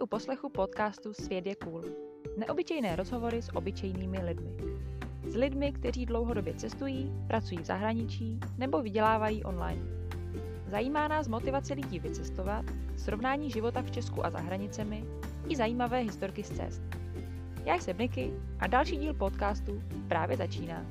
u poslechu podcastu Svět je cool. Neobyčejné rozhovory s obyčejnými lidmi. S lidmi, kteří dlouhodobě cestují, pracují v zahraničí nebo vydělávají online. Zajímá nás motivace lidí vycestovat, srovnání života v Česku a za hranicemi i zajímavé historky z cest. Já jsem Niky a další díl podcastu právě začíná.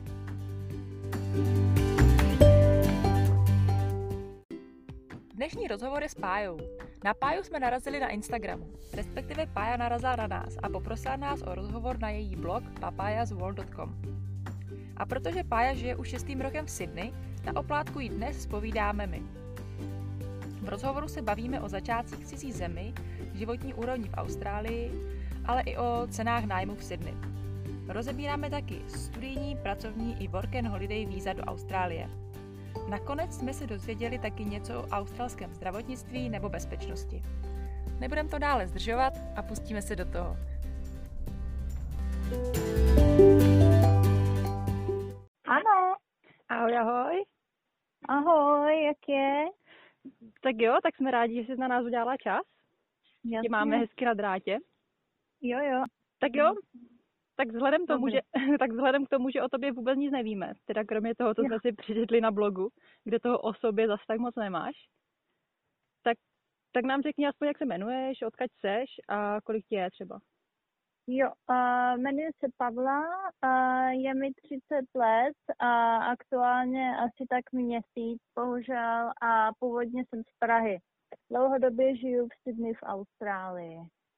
Dnešní rozhovor je s Pájou. Na Páju jsme narazili na Instagramu, respektive Pája narazila na nás a poprosila nás o rozhovor na její blog papayasworld.com. A protože Pája žije už 6. rokem v Sydney, na oplátku jí dnes zpovídáme my. V rozhovoru se bavíme o začátcích v cizí zemi, životní úrovni v Austrálii, ale i o cenách nájmu v Sydney. Rozebíráme taky studijní, pracovní i work and holiday víza do Austrálie. Nakonec jsme se dozvěděli taky něco o australském zdravotnictví nebo bezpečnosti. Nebudeme to dále zdržovat a pustíme se do toho. Ano. Ahoj, ahoj. Ahoj, jak je? Tak jo, tak jsme rádi, že jsi na nás udělala čas. Jasně. Tě máme hezky na drátě. Jo. Tak jo, tak vzhledem k tomu, že o tobě vůbec nic nevíme, teda kromě toho, co jsme si přečetli na blogu, kde toho o sobě zas tak moc nemáš, tak nám řekni aspoň, jak se jmenuješ, odkud seš a kolik ti je třeba. Jo, jmenuji se Pavla, je mi 30 let a aktuálně asi tak měsíc, bohužel, a původně jsem z Prahy. Dlouhodobě žiju v Sydney v Austrálii.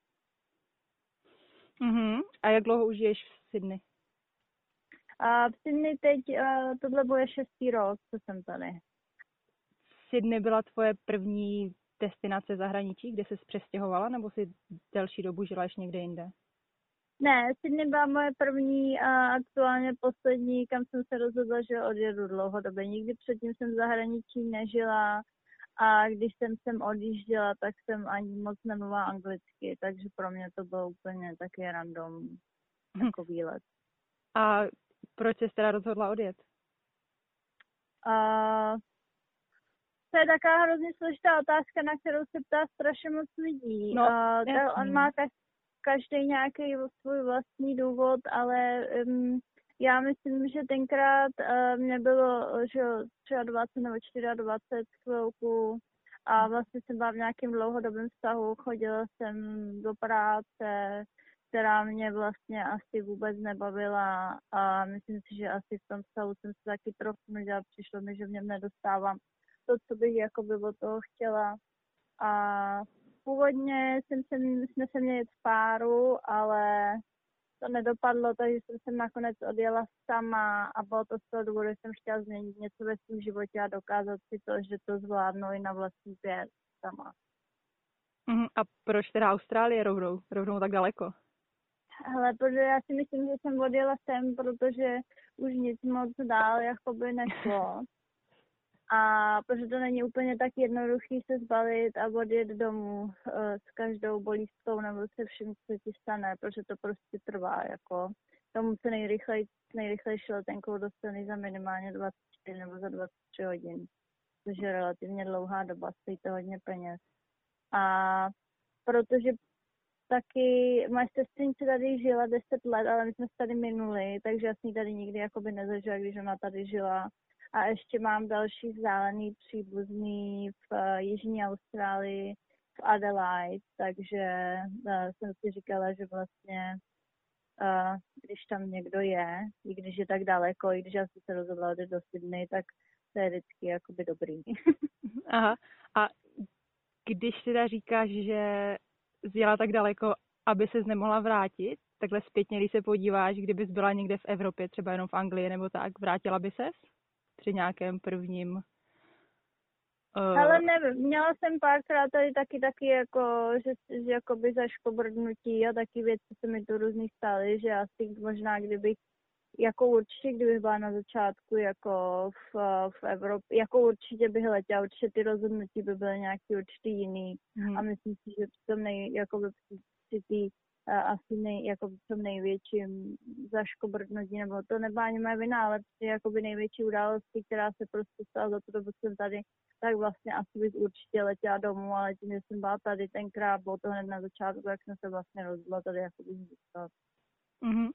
A jak dlouho už žiješ v Sydney? V Sydney teď, tohle bude 6. rok, co jsem tady. Sydney byla tvoje první destinace zahraničí, kde jsi přestěhovala, nebo jsi delší dobu žila ještě někde jinde? Ne, Sydney byla moje první a aktuálně poslední, kam jsem se rozhodla, že odjedu dlouhodobě. Nikdy předtím jsem v zahraničí nežila a když jsem sem odjížděla, tak jsem ani moc nemluvila anglicky, takže pro mě to bylo úplně taky random jako výlet. A proč jsi teda rozhodla odjet? To je taková hrozně složitá otázka, na kterou se ptá strašně moc lidí. On má každý nějaký svůj vlastní důvod, ale já myslím, že tenkrát mě bylo že 23 nebo 24 chvilku a vlastně jsem byla v nějakém dlouhodobém vztahu, chodila jsem do práce, která mě vlastně asi vůbec nebavila a myslím si, že asi v tom vztahu jsem se taky trochu nedělala, přišlo mi, že v něm nedostávám to, co bych jakoby od toho chtěla. A původně jsme se měli v páru, ale to nedopadlo, takže jsem se nakonec odjela sama a bylo to z toho důvodu, že jsem chtěla změnit něco ve svém životě a dokázat si to, že to zvládnu i na vlastní pěst sama. A proč teda Austrálie rovnou tak daleko? Hele, protože já si myslím, že jsem odjela sem, protože už nic moc dál jakoby nešlo. A protože to není úplně tak jednoduchý se zbalit a odjet domů s každou bolístkou nebo se vším, co ti stane, protože to prostě trvá, jako tomu se nejrychlejší letenkou dostaný za minimálně 24 nebo za 23 hodin, což je relativně dlouhá doba, stojí to hodně peněz. A protože taky moje sestřenice tady žila 10 let, ale my jsme se tady minuli, takže já jsem ji tady nikdy jakoby nezažila, když ona tady žila. A ještě mám další vzdálený příbuzný v Jižní Austrálii, v Adelaide, takže jsem si říkala, že vlastně, když tam někdo je, i když je tak daleko, i když já jsem se rozhodla odjet do Sydney, tak to je vždycky jakoby dobrý. Aha. A když teda říkáš, že jsi jela tak daleko, aby ses nemohla vrátit, takhle zpětně, když se podíváš, kdybys byla někde v Evropě, třeba jenom v Anglii nebo tak, vrátila by ses? Při nějakém prvním... Ale nevím, měla jsem párkrát tady taky jako, že jakoby zaškobrdnutí a taky věci se mi tu různý staly, že asi možná kdybych, jako určitě, kdybych byla na začátku jako v Evropě, jako určitě bych letěla, určitě ty rozhodnutí by byly nějaký určitý jiný a myslím si, že při tom při té asi jako v tom největším zaškobrtnutí, nebo to nebyla ani moje vina, ale jakoby největší události, která se prostě stala za tu dobu, jsem tady, tak vlastně asi bych určitě letěla domů, ale tím, že jsem byla tady tenkrát, bylo to hned na začátku, jak jsem se vlastně rozhodla tady jakoby zůstat. Mhm.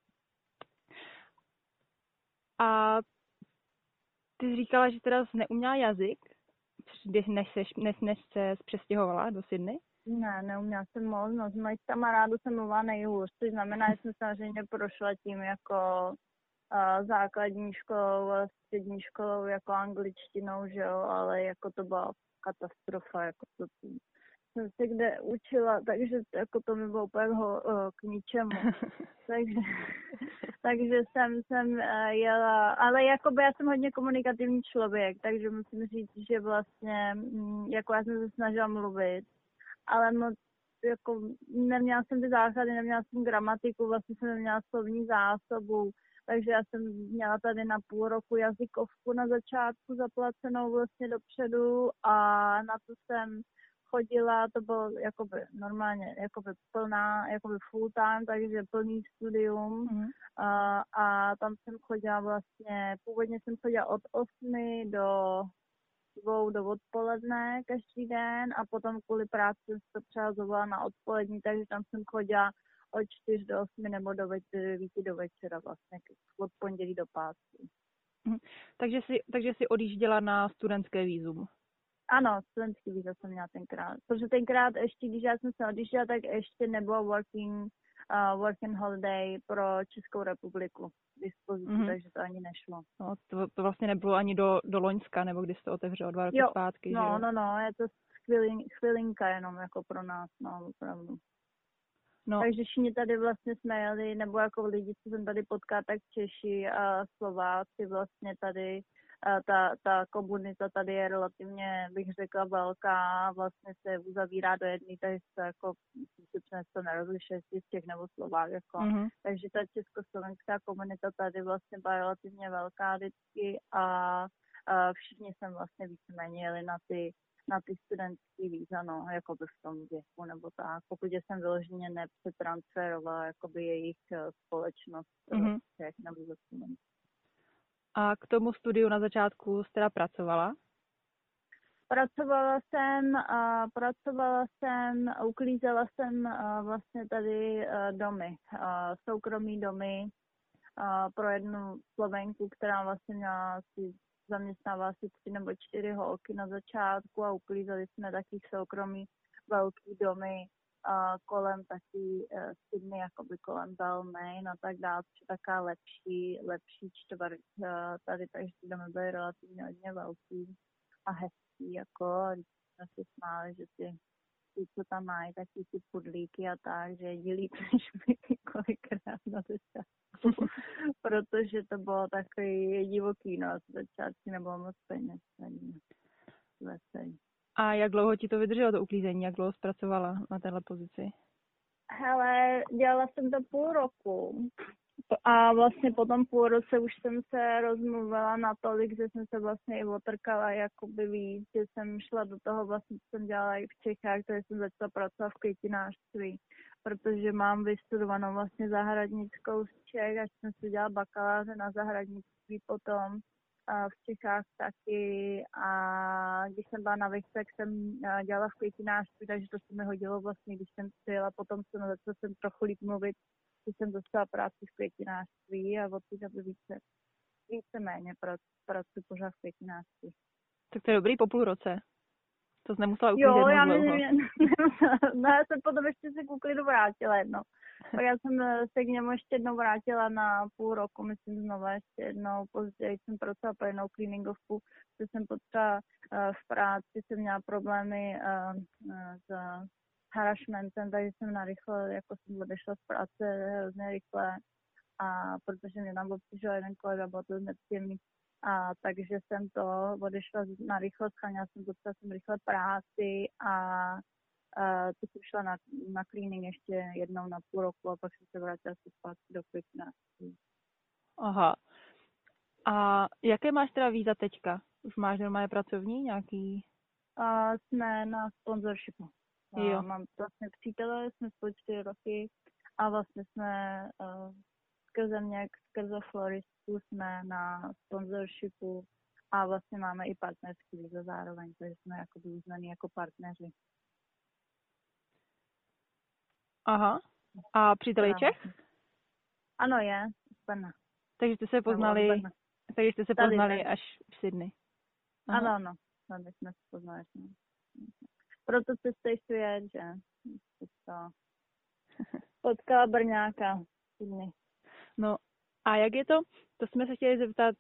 A ty jsi říkala, že teda jsi neuměla jazyk, než se přestěhovala do Sydney? Ne, neuměla jsem moc, no, z mojich kamarádů jsem mluvila nejhůř, což znamená, že jsem samozřejmě prošla tím jako základní školou, střední školou jako angličtinou, že jo, ale jako to byla katastrofa, jako to jsem se kde učila, takže jako to mi bylo úplně k ničemu. takže jsem jela, ale jakoby já jsem hodně komunikativní člověk, takže musím říct, že vlastně jako já jsem se snažila mluvit, ale moc jako neměla jsem ty základy, neměla jsem gramatiku, vlastně jsem neměla slovní zásobu, takže já jsem měla tady na půl roku jazykovku na začátku zaplacenou vlastně dopředu a na to jsem chodila, to bylo jakoby normálně, jakoby plná, jakoby full time, takže plný studium a tam jsem chodila vlastně, původně jsem chodila od 8 do 2 do odpoledne každý den a potom kvůli práci jsem se přehazovala na odpolední, takže tam jsem chodila od 4 do 8 nebo do 9 do večera vlastně, od pondělí do pátku. Takže jsi odjížděla na studentské vízum. Ano, studentský víza jsem měla tenkrát, protože tenkrát ještě, když já jsem se odjížděla, tak ještě nebylo working holiday pro Českou republiku k dispozici, takže to ani nešlo. No, to vlastně nebylo ani do Loňska, nebo když jsi to otevřel 2 roky zpátky, že jo? No, je to chvilinka jenom jako pro nás, no, opravdu. No. Takže všichni tady vlastně jsme jeli, nebo jako lidi, co jsem tady potkala, tak Češi a Slováci vlastně tady, ta komunita tady je relativně, bych řekla, velká, vlastně se uzavírá do jedné, takže se jako to nerozlišuje z Čech nebo Slovák, jako. Takže ta československá komunita tady vlastně byla relativně velká vždycky a všichni jsme vlastně víceméně jeli na ty studentský víza, no, jakoby v tom věku, nebo tak, pokud jsem vyloženě nepřetransferovala, jakoby jejich společnost Čech nebo ze studentů. A k tomu studiu na začátku jsi teda pracovala? Pracovala jsem, uklízela jsem vlastně tady domy, soukromí domy pro jednu Slovenku, která vlastně měla zaměstnává asi 3 nebo 4 holky na začátku a uklízeli jsme taky soukromí velký domy kolem taky Sydney, jakoby kolem Balmain a tak dále, což je taká lepší čtvrť tady, takže ty domy byly relativně hodně velký a hezký, jako, a když jsme si smáli, že ty, co tam mají, taky ty pudlíky a tak, že jedí líp než my kolikrát na začátku, protože to bylo takový divoký, no, a z začátku nebylo moc peněz, veselý. A jak dlouho ti to vydrželo, to uklízení, jak dlouho zpracovala na téhle pozici? Hele, dělala jsem to půl roku a vlastně po tom půl roce už jsem se rozmluvila natolik, že jsem se vlastně i otrkala jakoby víc, že jsem šla do toho vlastně, co jsem dělala i v Čechách, takže jsem začala pracovat v květinářství, protože mám vystudovanou vlastně zahradnickou z Čech, až jsem si dělala bakaláře na zahradnictví potom v Čechách taky a když jsem byla na Vech, tak jsem dělala v květinářství, takže to se mi hodilo vlastně, když jsem přijela, potom začala jsem trochu líp mluvit, když jsem dostala práci v květinářství a od té doby víceméně pracuji pořád v květinářství. Tak to je dobrý po půl roce. To jsi nemusela uklízet moc dlouho. No, já jsem potom ještě se k úklidu vrátila jednou. Pak já jsem se k němu ještě jednou vrátila na půl roku, myslím znovu ještě jednou. Později jsem pracovala po jednou cleaningovku, protože jsem potřeba v práci, jsem měla problémy s harassmentem, takže jsem narychle, jako jsem odešla z práce hrozně rychle, a protože mě tam obtěžoval jeden kolega, bylo to nepříjemný. A takže jsem to odešla na rychlost, scháněla jsem docela rychle práci a teď jsem šla na cleaning ještě jednou na půl roku a pak jsem se vrátila zpátky do květinářství. Aha. A jaké máš teda víza teďka? Už máš normálně pracovní nějaký? Jsme na sponsorshipu. Mám vlastně přítele, jsme spolu 4 roky a vlastně jsme skrze mě, skrze Floristu jsme na sponsorshipu a vlastně máme i partnerský víza zároveň, takže jsme jako uznaný jako partneři. Aha. A přítel Čech? Ano, je, z Brna. Takže jste se poznali až v Sydney. Aha. Ano, tady jsme se poznali. Proto se stěžuje, že to potkala Brňáka v Sydney. No a jak je to? To jsme se chtěli zeptat,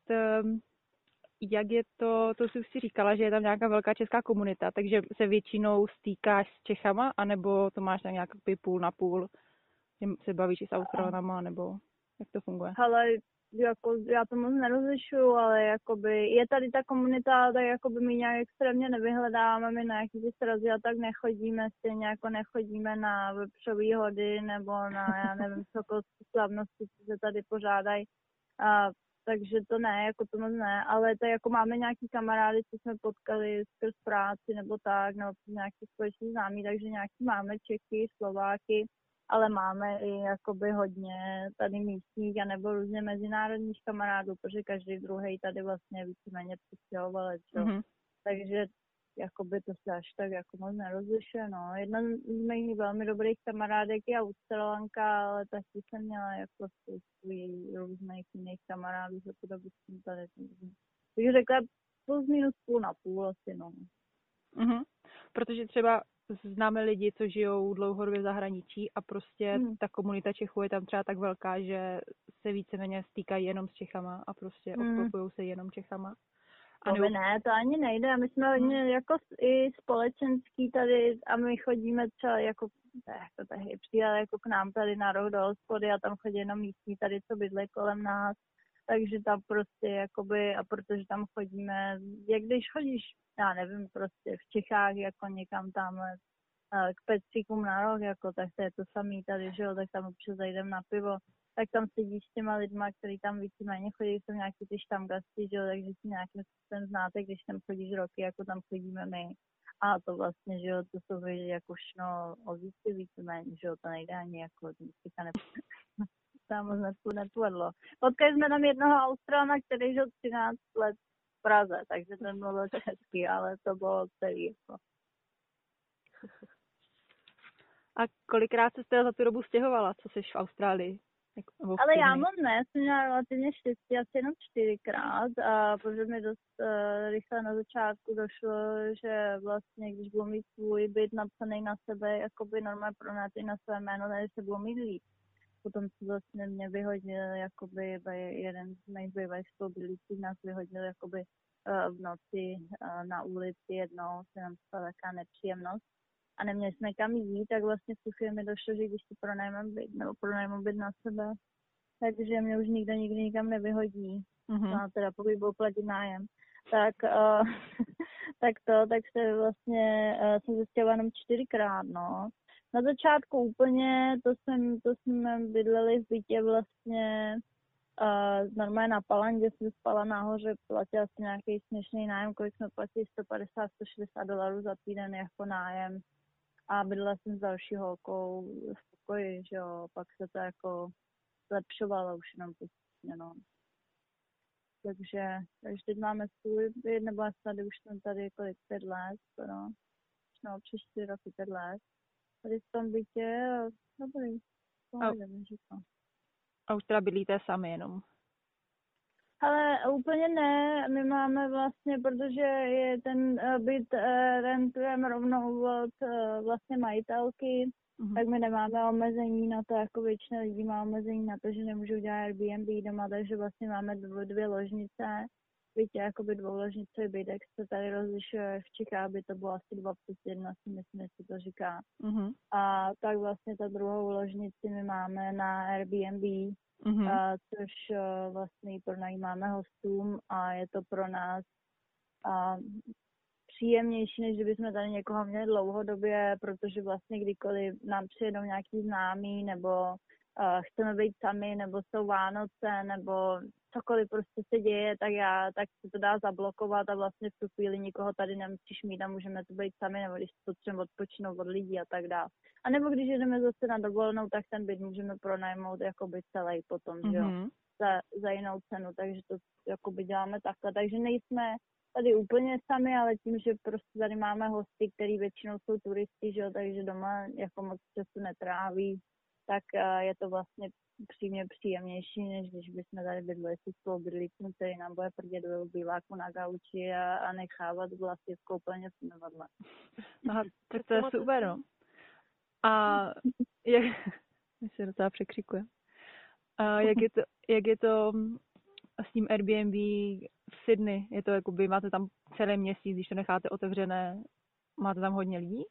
jak je to jsi už si říkala, že je tam nějaká velká česká komunita, takže se většinou stýkáš s Čechama, anebo to máš tam nějak půl na půl, že se bavíš i s Australanama, nebo jak to funguje? Ale jako, já to moc nerozlišuju, ale jakoby, je tady ta komunita, tak jakoby my nějak extrémně nevyhledáváme, my na jaký srazy a tak nechodíme, stejně jako nechodíme na vepřový hody nebo na, já nevím, sokolské slavnosti, co se tady pořádají. Takže to ne, jako to moc ne, ale to jako máme nějaký kamarády, co jsme potkali skrz práci nebo tak, nebo nějaký společný známí, takže nějaký máme Čechy, Slováky, ale máme i jakoby hodně tady místních a nebo různě mezinárodních kamarádů, protože každý druhý tady vlastně víceméně přistěhovalec, mm-hmm. Takže jakoby to se až tak jako moc nerozlišuje, no. Jedna z mých velmi dobrých kamarádek je Australanka, ale taky jsem měla jako spoustu různých jiných kamarádů, za to dobu jsem tady. Takže řekla plus minus půl na půl asi, no. Mm-hmm. Protože třeba známe lidi, co žijou dlouhodobě v zahraničí a prostě ta komunita Čechů je tam třeba tak velká, že se víceméně stýkají jenom s Čechama a prostě obklopují se jenom Čechama. Ne, to ani nejde. My jsme hodně jako i společenský tady a my chodíme třeba jako tady přijel jako k nám tady na rok do hospody a tam chodí jenom místní tady, co bydlí kolem nás. Takže tam prostě jakoby, a protože tam chodíme, jak když chodíš, já nevím, prostě v Čechách jako někam tam k Petříkům na rok, jako, tak to je to samý tady, že jo, tak tam občas zajdem na pivo, tak tam sedíš s těma lidma, kteří tam víceméně chodí, jsou nějaký ty štamgasti, že jo, takže si nějakým způsobem znáte, když tam chodíš roky, jako tam chodíme my. A to vlastně, že jo, to jsou jako šno ovíci víceméně, že jo, to nejde ani jako, tam moc nepovedlo. Potkali jsme tam jednoho Australana, který žil 13 let v Praze, takže ten mluvil česky, ale to bylo celý jako. A kolikrát jste za tu dobu stěhovala, co jsi v Austrálii? Ale já moc ne, jsem měla relativně štěstí, asi jenom 4krát, a protože mi dost rychle na začátku došlo, že vlastně, když budu mít svůj byt napsaný na sebe, jakoby normálně pronátý na své jméno, takže se budu mít líp. Potom se vlastně mě vyhodil, jakoby jeden z mých bývalých spolubydlících nás vyhodil jakoby v noci na ulici jednou, se nám stala taková nepříjemnost. A neměli jsme kam jít, tak vlastně v tu chvíli mi došlo, že když si pronajmám byt na sebe, takže mě už nikdo nikdy nikam nevyhodí. A teda pokud budu platit nájem. Tak se vlastně jsem zjistila jenom 4krát, no. Na začátku úplně, to jsme bydleli v bytě vlastně normálně na Palandě, jsem spala nahoře, platila jsem nějaký směšný nájem, kolik jsme platili, $150–160 za týden jako nájem. A bydlela jsem s další holkou v pokoji, že jo, pak se to jako zlepšovalo už jenom postupně, no. Takže teď máme svůj byt, nebo tady už jsem tady kolik 5 let, no. No, přes 4 roky 5 let. Tady v tom bytě, dobrý, nevím, že to. A už teda bydlíte sami jenom? Ale úplně ne, my máme vlastně, protože je ten byt rentujeme rovnou od vlastně majitelky, tak my nemáme omezení na to, jako většina lidí má omezení na to, že nemůžou dělat Airbnb doma, takže vlastně máme 2 ložnice, bytě jakoby 2ložnicový byt, jak se tady rozlišuje v Čechách, by to bylo asi 2+1, si myslím, jestli to říká. A tak vlastně ta druhou ložnici my máme na Airbnb, což vlastně pronajímáme hostům a je to pro nás příjemnější, než kdybychom tady někoho měli dlouhodobě, protože vlastně kdykoliv nám přijedou nějaký známí nebo chceme být sami, nebo jsou Vánoce, nebo cokoliv prostě se děje, tak se to dá zablokovat a vlastně v tu chvíli nikoho tady nemusíš mít a můžeme tu být sami, nebo když potřebujeme odpočinout od lidí a tak dále. A nebo když jdeme zase na dovolenou, tak ten byt můžeme pronajmout jakoby celý potom, že jo, za jinou cenu, takže to jakoby děláme takhle, takže nejsme tady úplně sami, ale tím, že prostě tady máme hosty, který většinou jsou turisti, že jo, takže doma jako moc času netráví, tak je to vlastně příjemnější, než když bychom tady bydleli si spolubydlícím, který nám bude prdět do obýváku na gauči a nechávat vlasy v koupelně v umyvadle. Aha, tak to je super, no. A jak se docela překřikuje. A jak je to s tím Airbnb v Sydney? Je to jakoby, máte tam celý měsíc, když to necháte otevřené, máte tam hodně lidí?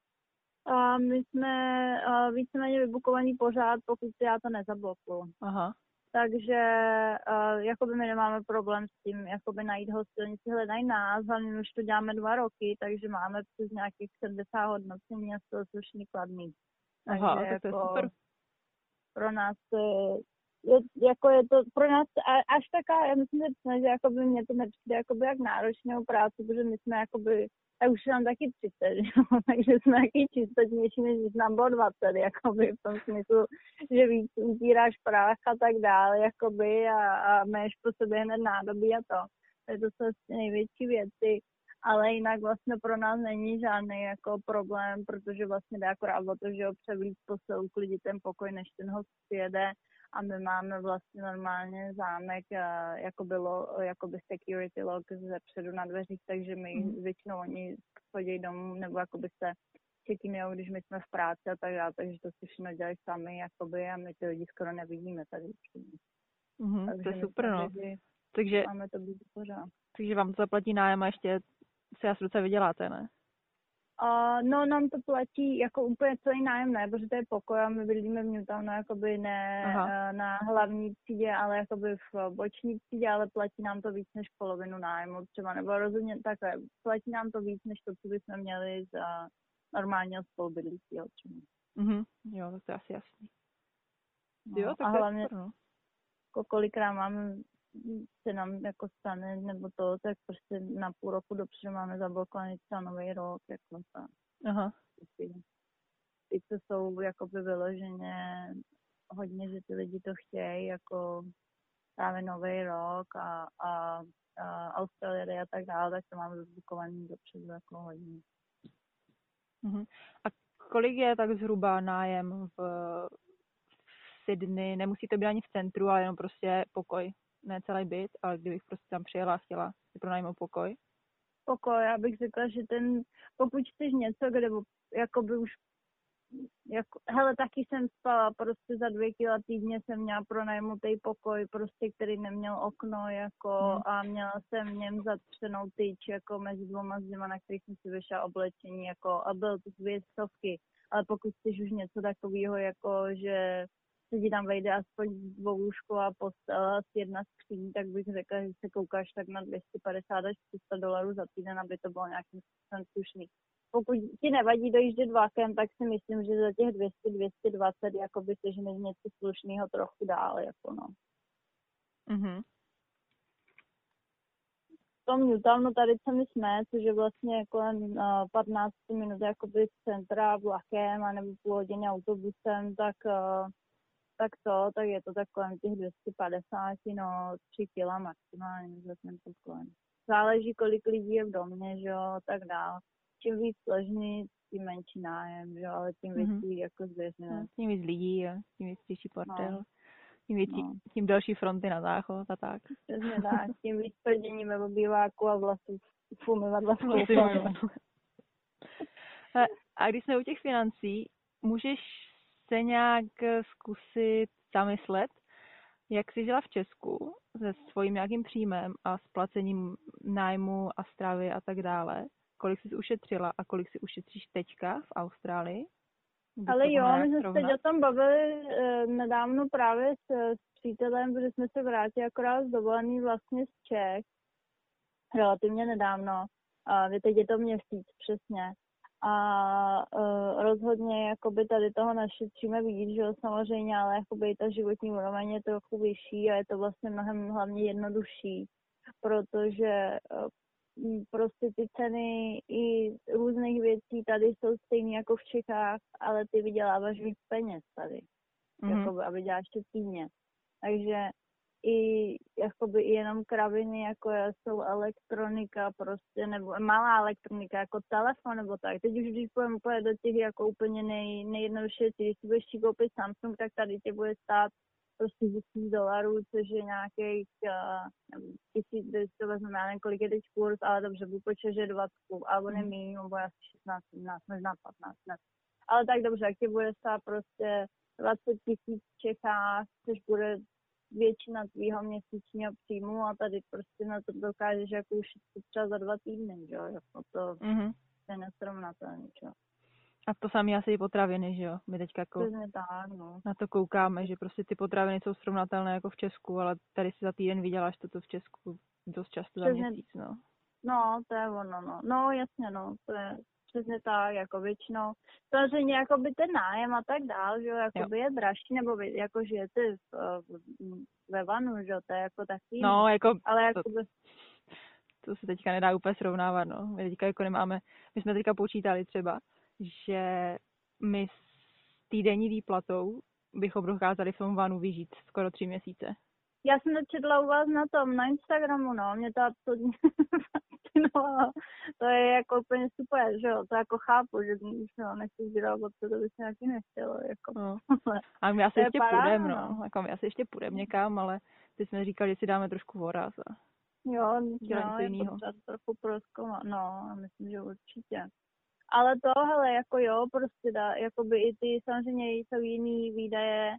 My jsme víceméně vybukovaní pořád, pokud já to nezablokuju. Aha. Takže jakoby my nemáme problém s tím, jakoby najít hostilnici, hledají nás, hlavně už to děláme 2 roky, takže máme přes nějakých 70 hodnocení a z toho slušný kladný. Aha, takže tak to jako je super. Pro nás je to pro nás až taká, já myslím, že jakoby mě to nepřijde jakoby jak náročnou práci, protože my jsme jakoby, a už nám taky 30, takže jsme taky čistotnější, než když nám bylo 20, jakoby v tom smyslu, že víc utíráš prach a tak dále, jakoby a máš po sobě hned nádobí a to. To jsou vlastně největší věci, ale jinak vlastně pro nás není žádný jako problém, protože vlastně jde akorát o to, že převlít posel, uklidit ten pokoj, než ten host přijede. A my máme vlastně normálně zámek, jakoby security lock zepředu na dveřích, takže my většinou oni chodí domů, nebo jakoby se check-inujou, když my jsme v práci a tak dále, takže to si všechno dělají sami, jakoby, a my ty lidi skoro nevidíme tady. To je super, no. Takže máme to být pořád. Takže vám to zaplatí nájem a ještě se asi docela vyděláte, ne? No, nám to platí jako úplně celý nájem, ne, protože to je pokoj a my bydlíme v Newtownu jakoby ne na hlavní třídě, ale jakoby v boční třídě, ale platí nám to víc než polovinu nájmu třeba, nebo rozhodně takhle, platí nám to víc než to, co bychom měli za normálního spolubydlícího třeba. Jo, tak to je asi jasný. No, jo, tak a hlavně, super, no. Kolikrát máme, se nám jako stane, nebo to, tak prostě na půl roku dopředu máme zablokovaný třeba Nový rok, jako ta. Aha. Ty, co jsou jakoby vyloženě hodně, že ty lidi to chtějí, jako právě Nový rok a Austrálie a tak dále, tak to máme zablokovaný dopředu jako hodně. A kolik je tak zhruba nájem v Sydney? Nemusí to být ani v centru, ale jenom prostě pokoj. Ne celý byt, ale kdybych prostě tam přijela a chtěla si pronajmout pokoj. Pokoj, já bych řekla, že pokud chceš něco, kde jakoby už hele, taky jsem spala, prostě za 2 kila týdně jsem měla pronajmutý pokoj, prostě, který neměl okno, jako, a měla jsem v něm zatřenou tyč, jako mezi 2 zděma, na kterých jsem si vyšla oblečení, jako, a bylo to 200, ale pokud chceš už něco takového, jako, že se ti tam vejde aspoň 2 lůžko a postel a 1 skříň, tak bych řekla, že se koukáš tak na 250 až $300 za týden, aby to bylo nějakým způsobem slušný. Pokud ti nevadí dojíždět vlakem, tak si myslím, že za těch 200-220 jakoby sežneš něco slušného trochu dál, jako no. V tom Newtownu tady, co my jsme, což je vlastně kolem 15 minut jakoby z centra vlakem a nebo půl hodiny autobusem, tak je to tak kolem těch 250, 3 kila maximálně za ten poklon. Záleží, kolik lidí je v domě, že jo, tak dál. Čím víc složný, tím menší nájem, že jo, ale tím větší jako zvěřené. Tím víc lidí, tím víc těžší portel, tím další fronty na záchod a tak. Přesně tak, tím víc prdění ve obýváku a vlasů v umyvadle. A když jsme u těch financí, můžeš se nějak zkusit zamyslet, jak jsi žila v Česku se svým nějakým příjmem a s placením nájmu a stravy a tak dále? Kolik jsi ušetřila a kolik si ušetříš teďka v Austrálii? Ale jo, my jsme se teď o tom bavili nedávno právě s přítelem, protože jsme se vrátili akorát z dovolený vlastně z Čech, relativně nedávno. Teď je to měsíc přesně. a rozhodně jakoby tady toho našetříme víc, že jo, samozřejmě, ale jakoby ta životní úroveň je trochu vyšší a je to vlastně mnohem hlavně jednodušší, protože prostě ty ceny i různých věcí tady jsou stejné jako v Čechách, ale ty vyděláváš víc peněz tady, jakoby, a vyděláš to týdně. Takže i jenom kraviny, jako jsou elektronika prostě, nebo malá elektronika, jako telefon nebo tak. Teď už když půjdeme úplně do těch jako úplně nejjednodušší, když si budeš si koupit Samsung, tak tady tě bude stát prostě $1000, což je nějakých 1200, vezmeme, já nevím, kolik je teď kurz, ale dobře, buď počet, že 20, alebo nemíň, nebo asi 16, 17, možná 15, ne. Ale tak dobře, jak tě bude stát prostě 20 000 v Čechách, což bude většina tvýho měsíčního příjmu a tady prostě na to dokážeš jako ušetřit třeba za 2 týdny, že jo, jako to je nesrovnatelné, že jo. A to samé asi i potraviny, že jo? My teďka jako tak, no. na to koukáme, že prostě ty potraviny jsou srovnatelné jako v Česku, ale tady si za týden vyděláš to v Česku dost často za měsíc, no. No, to je ono, no. No, jasně, no, to je přesně tak, jako většinou. Samozřejmě jakoby ten nájem a tak dál, že jo, jakoby je dražší, nebo vy jako žijete ve vanu, že jo, to je jako takový. No, jako ale jakoby to se teďka nedá úplně srovnávat, no. My teďka jako nemáme, my jsme teďka počítali třeba, že my s týdenní výplatou bychom dokázali v tom vanu vyžít skoro 3 měsíce. Já jsem to četla u vás na Instagramu, no, mě to absolutně fascinovalo. To je jako úplně super, že jo, to jako chápu, že když nechci sbírat, to by se nějaký nechtělo, jako. No. A my asi ještě půjdeme, no. Jako my asi ještě půjdeme někam, ale ty jsme říkali, že si dáme trošku voraz a jo, je potřeba trochu prozkoumat, no, myslím, že určitě. Ale to, hele, jako jo, prostě jakoby i ty samozřejmě jsou jiný výdaje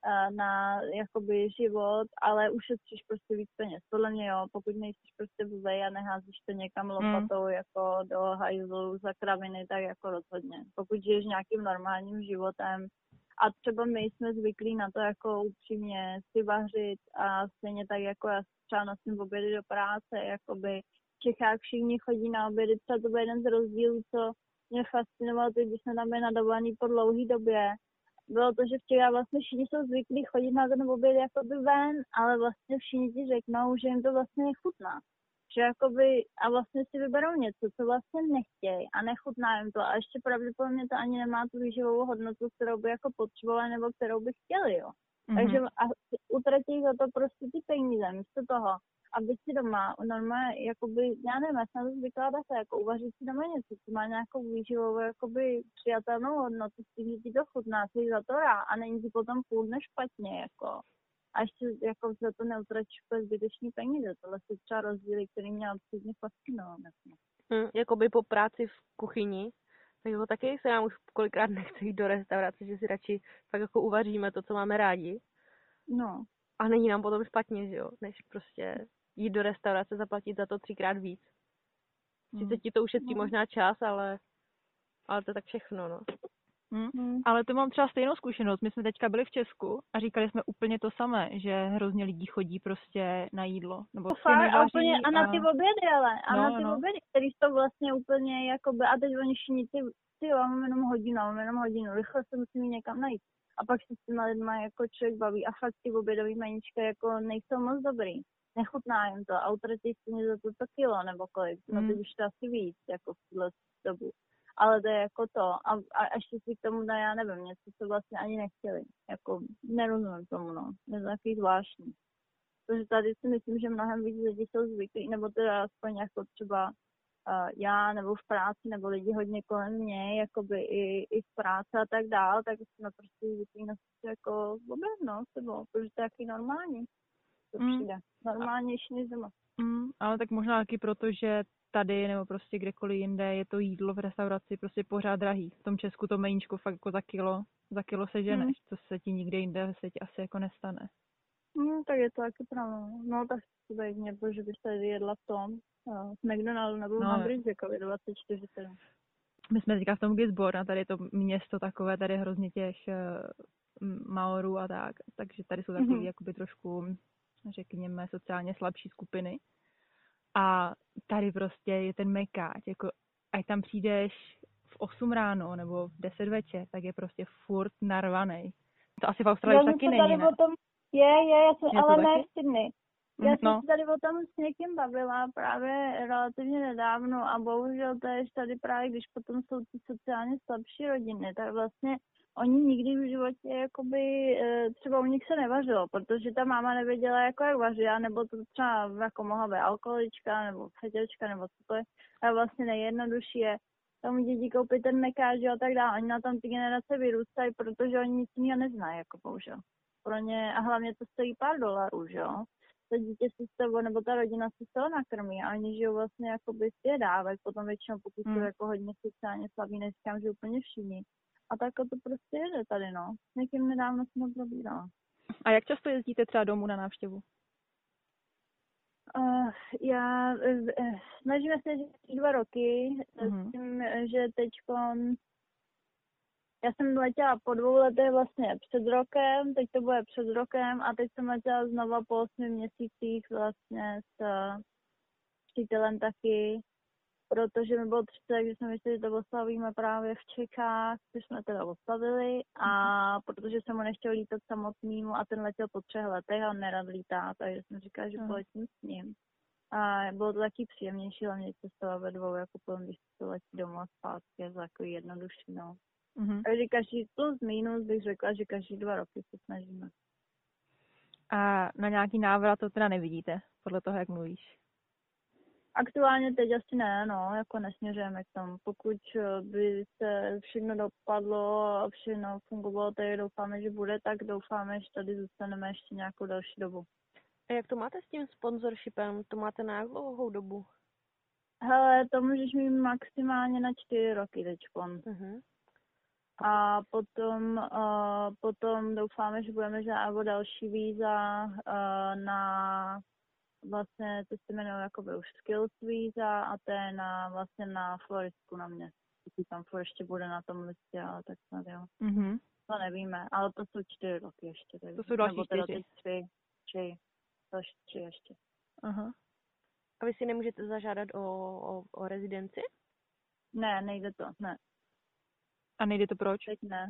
na jakoby život, ale ušetříš prostě víc peněz. Podle mě jo, pokud nejsi prostě blbej a neházíš to někam lopatou jako do hajzlu za kraviny, tak jako rozhodně. Pokud žiješ nějakým normálním životem a třeba my jsme zvyklí na to jako upřímně si vařit a stejně tak jako já třeba nosím obědy do práce, jakoby v Čechách všichni chodí na obědy, třeba to byl jeden z rozdílů, co mě fascinovalo, když jsme tam byli nadovaný po dlouhý době, bylo to, že v Čechách vlastně všichni jsou zvyklí chodit na ten oběd jakoby ven, ale vlastně všichni ti řeknou, že jim to vlastně nechutná. Že jakoby, a vlastně si vyberou něco, co vlastně nechtějí a nechutná jim to a ještě pravděpodobně to ani nemá tu výživovou hodnotu, kterou by jako potřebovali nebo kterou by chtěli, jo. Takže a utratí za to prostě ty peníze, místo toho, aby si doma normálně, jakoby, já nevím, já jsem to zvykla takhle, jako uvařit si doma něco, co má nějakou výživovou, jakoby přijatelnou hodnotu, s tím, že ti to chutná, si za to rád a není ti potom půl dne špatně, jako. A ještě jako za to neutratíš zbytečný peníze, tohle jsou třeba rozdíly, který mě absolutně fascinují. Jakoby po práci v kuchyni, tak jako taky se nám už kolikrát nechce jít do restaurace, že si radši tak jako uvaříme to, co máme rádi. No. A není nám potom špatně, že jo, než prostě jít do restaurace, zaplatit za to 3x víc. Sice ti to ušetří možná čas, ale to je tak všechno, no. Ale to mám třeba stejnou zkušenost. My jsme teďka byli v Česku a říkali jsme úplně to samé, že hrozně lidí chodí prostě na jídlo. Nebo úplně, a na ty obědy, ale. A na ty obědy, které jsou vlastně úplně jakoby, a teď oni všichni ty mám jenom hodinu, rychle se musím jít někam najít. A pak se s těma lidma jako člověk baví a fakt ty obědový menička jako nejsou moc dobrý. Nechutná jim to a utratí si za to kilo nebo kolik. No teď už to asi víc, jako v tuhle dobu. Ale to je jako to. A ještě si k tomu dá, já nevím, něco, co vlastně ani nechtěli. Jako nerozumím tomu, no. Je to takový zvláštní. Protože tady si myslím, že mnohem víc lidí jsou zvyklí, nebo teda aspoň jako třeba já, nebo v práci, nebo lidi hodně kolem mě, jakoby i v práci a tak dál, tak jsme prostě zvyklí na to jako oběd, no, sebou, protože to je jaký normální. To přijde. Normálnější než doma. Ale tak možná taky proto, že tady nebo prostě kdekoliv jinde je to jídlo v restauraci prostě pořád drahý. V tom Česku to meníčko fakt jako za kilo seženeš, co se ti nikde jinde ve světě asi jako nestane. Tak je to taky pravda. No tak si vejmě, protože bys tady jedla v tom v McDonaldu nebo v Hamburgerovi 24/7. My jsme teďka v tom Gisborne a tady je to město takové, tady je hrozně těch Maorů a tak, takže tady jsou takový jakoby trošku, řekněme, sociálně slabší skupiny. A tady prostě je ten mekáč, jako ať tam přijdeš v 8 ráno nebo v 10 večer, tak je prostě furt narvaný. To asi v Austrálii Já jsem taky se není, tady ne? o tom, já jsem, Je to ale ne taky? v Sydney. Já jsem No. se tady o tom s někým bavila právě relativně nedávno a bohužel to je tady právě, když potom jsou ty sociálně slabší rodiny, tak vlastně oni nikdy v životě jakoby, třeba u nich se nevařilo, protože ta máma nevěděla, jako jak vaří, nebo to třeba jako mohla být alkoholička, nebo fetěčka, nebo co to je. A vlastně nejjednodušší je tomu děti koupit ten mekáč a tak dále. Oni na tom ty generace vyrůstají, protože oni nic jiného neznají, jako bohužel. Pro ně, a hlavně to stojí pár dolarů, že jo. To dítě si z toho, nebo ta rodina si z toho nakrmí a oni žijou vlastně jakoby z těch dávek, potom většinou pokud jsou jako hodně sociálně slabí, neříkám, že úplně všichni. A tak to prostě jede tady, no. S někým nedávno jsem to probírala. A jak často jezdíte třeba domů na návštěvu? Snažíme se, že 2 roky, s tím, že teďkon. Já jsem letěla po 2 letech vlastně před rokem, teď to bude před rokem a teď jsem letěla znova po 8 měsících vlastně s přítelem taky, protože mi bylo 30, takže jsem myslela, že to oslavíme právě v Čechách, což jsme teda oslavili a protože jsem ho nechtěl lítat samotnýmu a ten letěl po 3 letech a on nerad lítá, takže jsem říkala, že poletím s ním. A bylo to taky příjemnější, hlavně cestovat ve 2, jako potom, když se letí domů a zpátky, je to takový jednodušší, no. Takže každý plus minus bych řekla, že každý 2 roky se snažíme. A na nějaký návrat to teda nevidíte, podle toho, jak mluvíš? Aktuálně teď asi ne, no, jako nesměřujeme k tomu. Pokud by se všechno dopadlo a všechno fungovalo, tak doufáme, že bude, tak doufáme, že tady zůstaneme ještě nějakou další dobu. A jak to máte s tím sponsorshipem? To máte na jak dlouhou dobu? Hele, to můžeš mít maximálně na 4 roky teďkon. A potom doufáme, že budeme žádat o další víza na vlastně, to se jmenuje jakoby už skills víza a to je na, vlastně na floristku na mě. Pokud tam furt ještě bude na tom listě, ale tak snad jo. To nevíme, ale to jsou 4 roky ještě. Tak, to jsou další nebo teda 4. teď 3 ještě. Aha. A vy si nemůžete zažádat o rezidenci? Ne, nejde to, ne. A nejde to proč? Teď ne.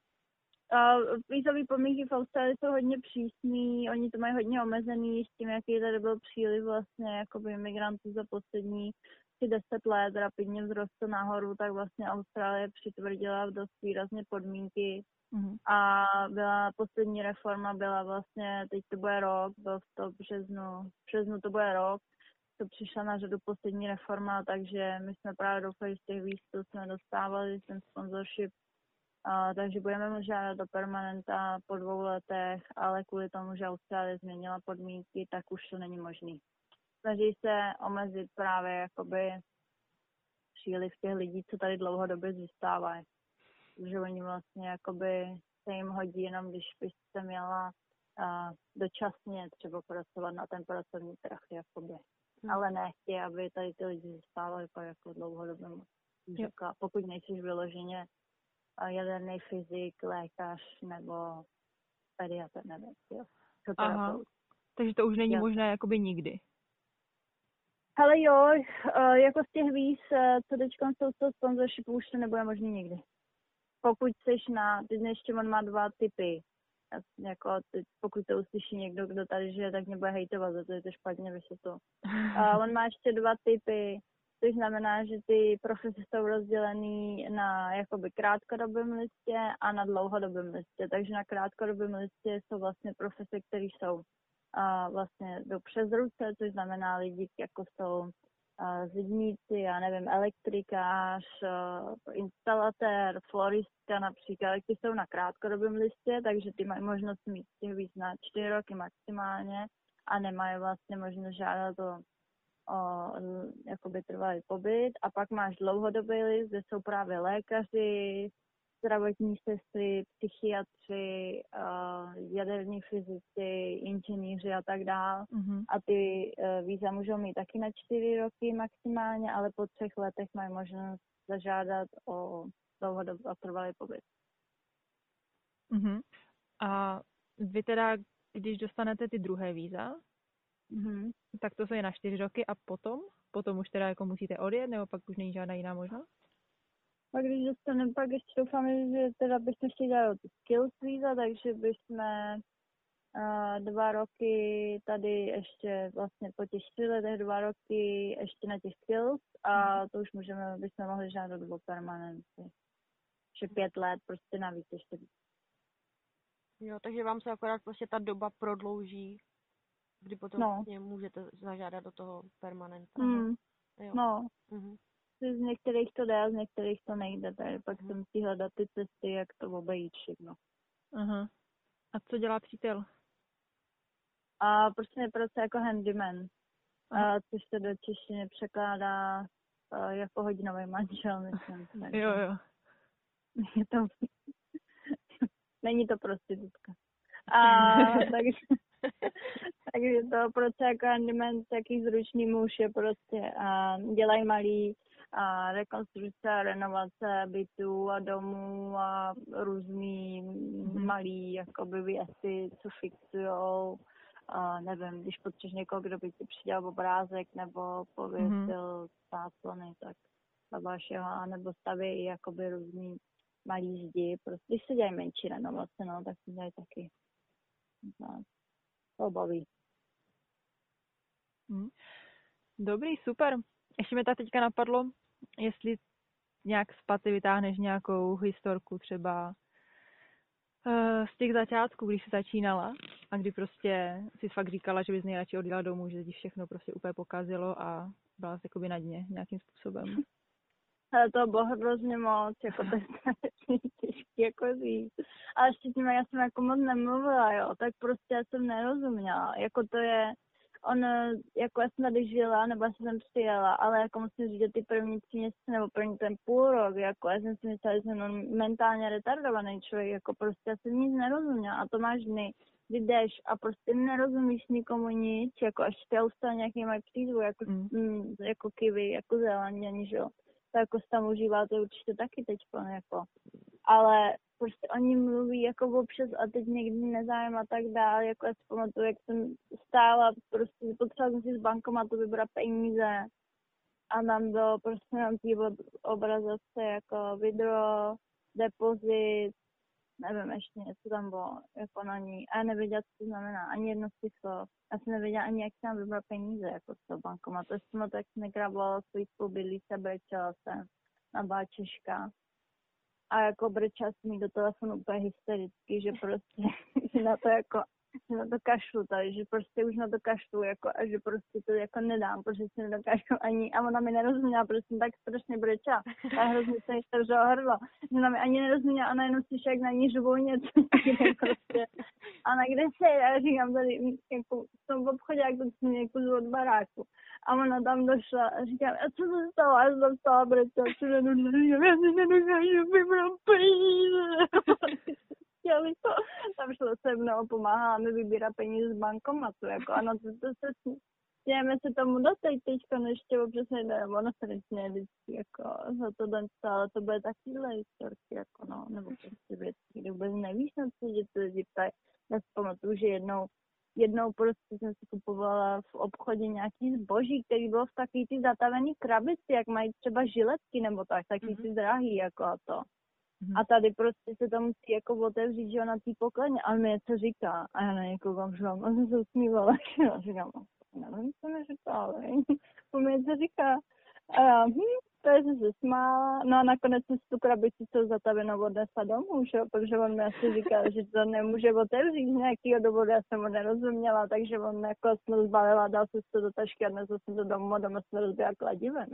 Vízový podmínky v Austrálii jsou hodně přísný, oni to mají hodně omezený s tím, jaký tady byl příliv vlastně jakoby imigrantů za poslední 10 let, rapidně vzrostl nahoru, tak vlastně Austrálie přitvrdila dost výrazně podmínky a byla poslední reforma, byla vlastně, teď to bude rok, byl v březnu to bude rok, to přišla na řadu poslední reforma, takže my jsme právě doufali, že z těch víz, co jsme dostávali, ten sponsorship, takže budeme žádat do permanenta po 2 letech, ale kvůli tomu, že Austrálie změnila podmínky, tak už to není možný. Snaží se omezit právě jakoby příliv těch lidí, co tady dlouhodobě zůstávají. Protože oni vlastně jakoby se jim hodí jenom, když byste měla dočasně třeba pracovat na ten pracovní trh, jakoby. Ale nechtějí, aby tady ty lidi zůstávali jako dlouhodobě. Pokud nejsi vyloženě jaderný fyzik, lékař nebo pediatr, nevím, jo. Aha, takže to už není možné jakoby nikdy. Hele jo, jako z těch víz, co teďkon jsou z toho sponsorshipu, už to nebude možný nikdy. Pokud seš teď ještě on má 2 typy. Jako, pokud to uslyší někdo, kdo tady žije, tak mě bude hejtovat, za to je to špatně vysvětlo. On má ještě 2 typy, což znamená, že ty profese jsou rozdělený na jakoby krátkodobém listě a na dlouhodobém listě. Takže na krátkodobém listě jsou vlastně profese, které jsou vlastně jdou přes ruce, což znamená lidi, jako jsou zedníci, já nevím, elektrikář, instalatér, floristka například, ty jsou na krátkodobém listě, takže ty mají možnost mít těch víc na 4 roky maximálně a nemají vlastně možnost žádat o jakoby trvalý pobyt. A pak máš dlouhodobý list, kde jsou právě lékaři, zdravotní sestry, psychiatři, jaderní fyzici, inženýři a tak dále. A ty víza můžou mít taky na 4 roky maximálně, ale po 3 letech mají možnost zažádat o dlouhodobý a trvalý pobyt. A vy teda, když dostanete ty druhé víza, tak to je na 4 roky a potom už teda jako musíte odjet, nebo pak už není žádná jiná možnost? Pak když dostaneme, pak ještě doufám, že teda bychom chtěli dělat ty skills víza, takže bychom 2 roky tady ještě vlastně po těch 4 letech 2 roky ještě na těch skills a to už bychom mohli žádat o permanenci. Že 5 let prostě navíc ještě. Jo, takže vám se akorát prostě ta doba prodlouží, kdy potom vlastně můžete zažádat do toho permanenta. Jo. No. Z některých to jde a z některých to nejde, takže pak se musí hledat ty cesty, jak to obejít všechno. A co dělá přítel? A prostě pracuje jako handyman, což se do češtiny překládá jako hodinový manžel, myslím. Jo. Je to... Není to prostitutka. Takže to pracuje jako handyman, taký zručný muž je prostě dělají malý rekonstrukce a renovace bytů a domů a různý malý jakoby věci, co fixujou. Nevím, když potřebuješ někoho, kdo by ti přidělal obrázek nebo pověsil záclony, tak vašeho, nebo staví jakoby různý malý zdi. Prostě když se dělají menší renovace, no, tak se dělají taky. To baví. Dobrý, super. Ještě mi tak teďka napadlo, jestli nějak z paty vytáhneš nějakou historku třeba z těch začátků, když jsi začínala a kdy prostě si fakt říkala, že bys nejradši odjela domů, že ti všechno prostě úplně pokazilo a byla jsi jakoby na dně nějakým způsobem. Ale to bylo hrozně moc, jako to je těžký jako říct. Ale ještě tím, já jsem jako moc nemluvila, jo, tak prostě já jsem nerozuměla. Jako to je, jako já jsem tady žila, nebo já jsem přijela, ale jako musím říct, že ty první 3 měsíce, nebo první ten půl rok, jako já jsem si myslela, že jsem mentálně retardovaný člověk, jako prostě já jsem nic nerozuměla. A to máš dny, kdy jdeš a prostě nerozumíš nikomu nic, jako až ty ustále nějaký mají přízvu, jako kiwi, jako Zélanděni, že jo. To jako se tam užíváte určitě taky teď, jako. Ale prostě oni mluví jako občas a teď někdy nezájem a tak dále, jako já si pamatuju, jak jsem stála, prostě potřeba jsem si z bankomatu vybrat peníze a tam bylo prostě na té obrazovce jako withdraw, deposit, nevím ještě něco tam bylo, jako na ní. A já nevěděla, co to znamená, ani jedno z těch slov. Já jsem nevěděla ani, jak jsem vybrat peníze, jako z toho bankomatu. Já jsem tak nekrabovala svůj spolubydlící a brečela jsem na Báčeška. A jako brečela jsem jí do telefonu úplně hystericky, že prostě na to kašlu tady, že prostě už na to kašlu, jako, a že prostě to jako nedám, protože si nedokážu ani, a ona mi nerozuměla, protože jsem tak strašně brečela, a hrozně se jí strželo hrdlo, že ona mi ani nerozuměla a najednou slyšela, jak na ní žvou něco, kde prostě, a na kde se, a já říkám tady, jako v tom obchodě, jak to jsem jako od baráku, a ona tam došla a říkám, a co se stalo, a já jsem stala brečela, co říkám, já si nedokážu vybrat peníze. Tam šlo se mnou, pomáhala mi vybírat peníze z bankomatu, jako ano, to se smějeme se tomu doteď teďka, no ještě občas nejde, ono se nesměje vždycky, jako za to den ale to bude takovýhle historky, jako no, nebo prostě věci, kde vůbec nevíš, na co děti lidi ptají. Já si pamatuju, že jednou prostě jsem si kupovala v obchodě nějaký zboží, který bylo v takový ty zatavený krabici, jak mají třeba žiletky nebo tak, taky ty drahý, jako a to. A tady prostě se to musí jako otevřít, že na té pokladně, ale mi něco říká. A já na někoho kam šla, a jsem se usmívala, a říkám, nevím, co mi říká, ale po mě něco říká. A já, to jsem se smála, no a nakonec jsem si tu krabici celou zatavenou odnesla domů, že? Protože on mi asi říkal, že to nemůže otevřít z nějakého důvodu, já jsem ho nerozuměla, takže on jako jsme zbalila, dal se to do tašky a nesl jsem to domů a doma jsme rozbila kladivem.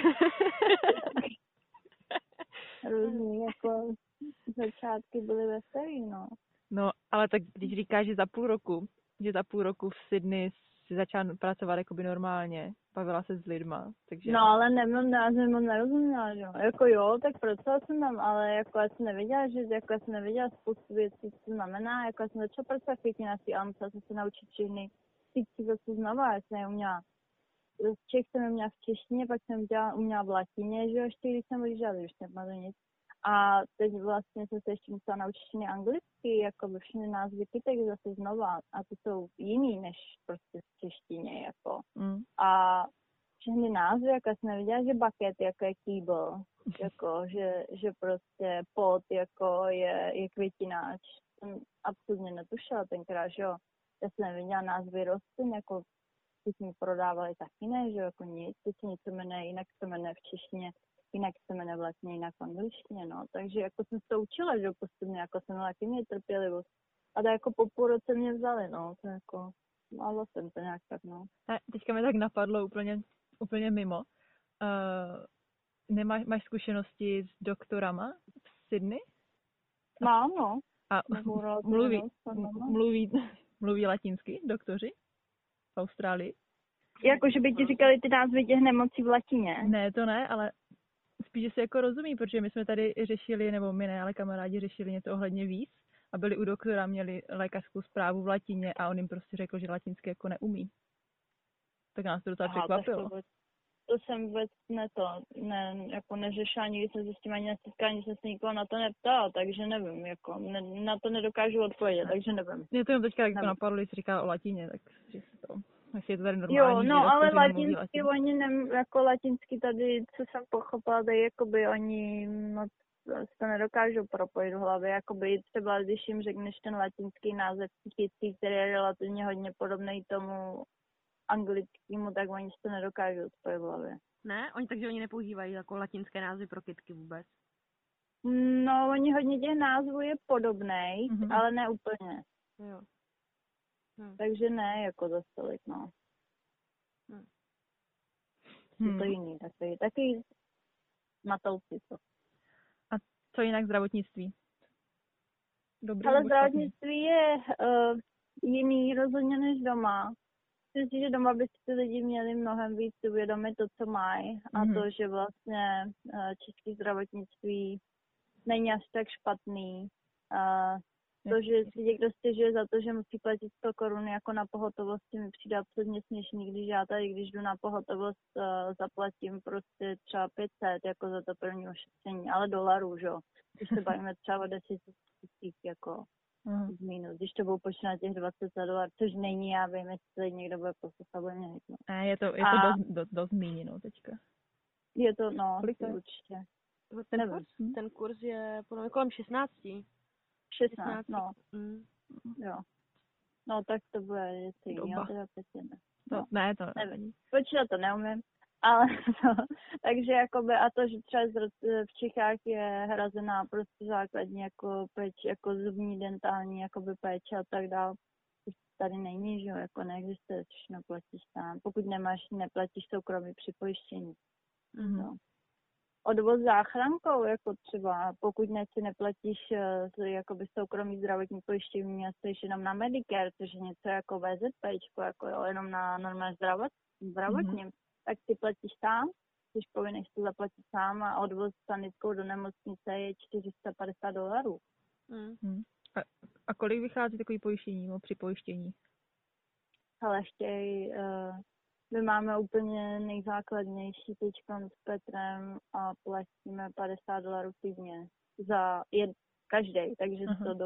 Různý jako začátky byly veselý, no. No, ale tak když říkáš, že za půl roku v Sydney si začala pracovat jakoby normálně, bavila se s lidma, takže... No, ale já jsem moc nerozuměla, že jo. Jako jo, tak pracovala jsem tam, ale jako já jsem nevěděla, spoustu věcí, co znamená, jako já jsem začala pracovat květinací a musela jsem se naučit všechny ty zase znova, já jsem neuměla. Z Čech jsem uměla v češtině, pak jsem uměla v latině, že jo, ještě když jsem odjížděla, už nepamatuji nic. A teď vlastně jsem se ještě musela naučit všechny anglicky, jako by všechny názvyky, tak zase znova. A ty jsou jiný než prostě v češtině, jako. A všechny názvy, jako jsem neviděla, že bucket, jako je kýbl, jako, že prostě pot, jako je květináč. Jsem absolutně netušila tenkrát, že jo. Já jsem neviděla názvy rostlin, jako ty jsme prodávali taky ne, že jo, jako nic. Teď se něco jmenuje, jinak se jmenuje v češtině, jinak se jmenuje vlastně jinak v angličtině, no. Takže jako jsem se to učila, že jo, postupně, jako jsem měla taky měli trpělivost. A tak jako po půl roce mě vzali, no, to jako, málo jsem to nějak tak, no. A teďka mi tak napadlo úplně mimo. Máš zkušenosti s doktorama v Sydney? Mám, no. A mluví latinsky doktoři v Austrálii? Jako, že by ti říkali ty názvy těch nemocí v latině? Ne, to ne, ale spíš, že si jako rozumí, protože my jsme tady řešili, nebo my ne, ale kamarádi řešili něco ohledně víc a byli u doktora, měli lékařskou zprávu v latině a on jim prostě řekl, že latinsky jako neumí. Tak nás to docela překvapilo. To jsem vůbec jako neřešila, nikdy jsem se s tím ani nesetkala, ani jsem se nikoho na to neptala, takže nevím, jako na to nedokážu odpovědět, takže nevím. Mě to jenom teďka jako napadlo, když jsi říkala o latině, tak že si to, jestli je to tady normální. Jo, no ale latinsky, oni jako latinsky tady, co jsem pochopila, tak jakoby oni moc to nedokážou propojit v hlavě, jakoby třeba když jim řekneš ten latinský název psychický, který je relativně hodně podobný tomu anglickému, tak oni si to nedokážou spojit v hlavě. Ne? Takže oni nepoužívají jako latinské názvy pro kytky vůbec? No, oni hodně těch názvů je podobnej, ale ne úplně. Jo. Takže ne, jako za stolik, no. Je to jiný, taky matoucí to. A co jinak zdravotnictví? Dobrý, ale zdravotnictví je jiný rozhodně než doma. Myslím si, že doma by si ty lidi měli mnohem víc uvědomit to, co mají a to, že vlastně české zdravotnictví není až tak špatný. To, že si někdo stěžuje za to, že musí platit 100 korun jako na pohotovosti, mi přijde absolutně směšný, když já tady, když jdu na pohotovost, zaplatím prostě třeba 500 jako za to první ošetření, ale dolarů, že jo. Když se bavíme třeba o 10 000 jako z minus, když to budou počínat těch 20 $, což není, já vím, jestli někdo bude poslouchat mě hejtnout. Je to dost míněno teďka. Je to, no, určitě. Ten kurz je podle kolem 16. 16, no. Jo. No, tak to bude něco jiného, teda přesně. Ne, to nevím. Počítat to neumím, ale to, takže jakoby, a to, že třeba v Čechách je hrazená prostě základní jako péče, jako zubní, dentální, jakoby péče a tak dál. Tady není, že jo, jako neexistuje, všechno platíš sám. Pokud neplatíš soukromý připojištění. No. Odvoz záchrankou, jako třeba, pokud si neplatíš jakoby soukromý zdravotní pojištění a jsi jenom na Medicare, což je něco jako VZP, jako jo, jenom na normálně zdravotním, tak si platíš sám, jsi povinný si to zaplatit sám a odvoz sanitkou do nemocnice je $450. A kolik vychází takový pojištění, při pojištění? Ale my máme úplně nejzákladnější teďkom s Petrem a platíme $50 týdně za každý, takže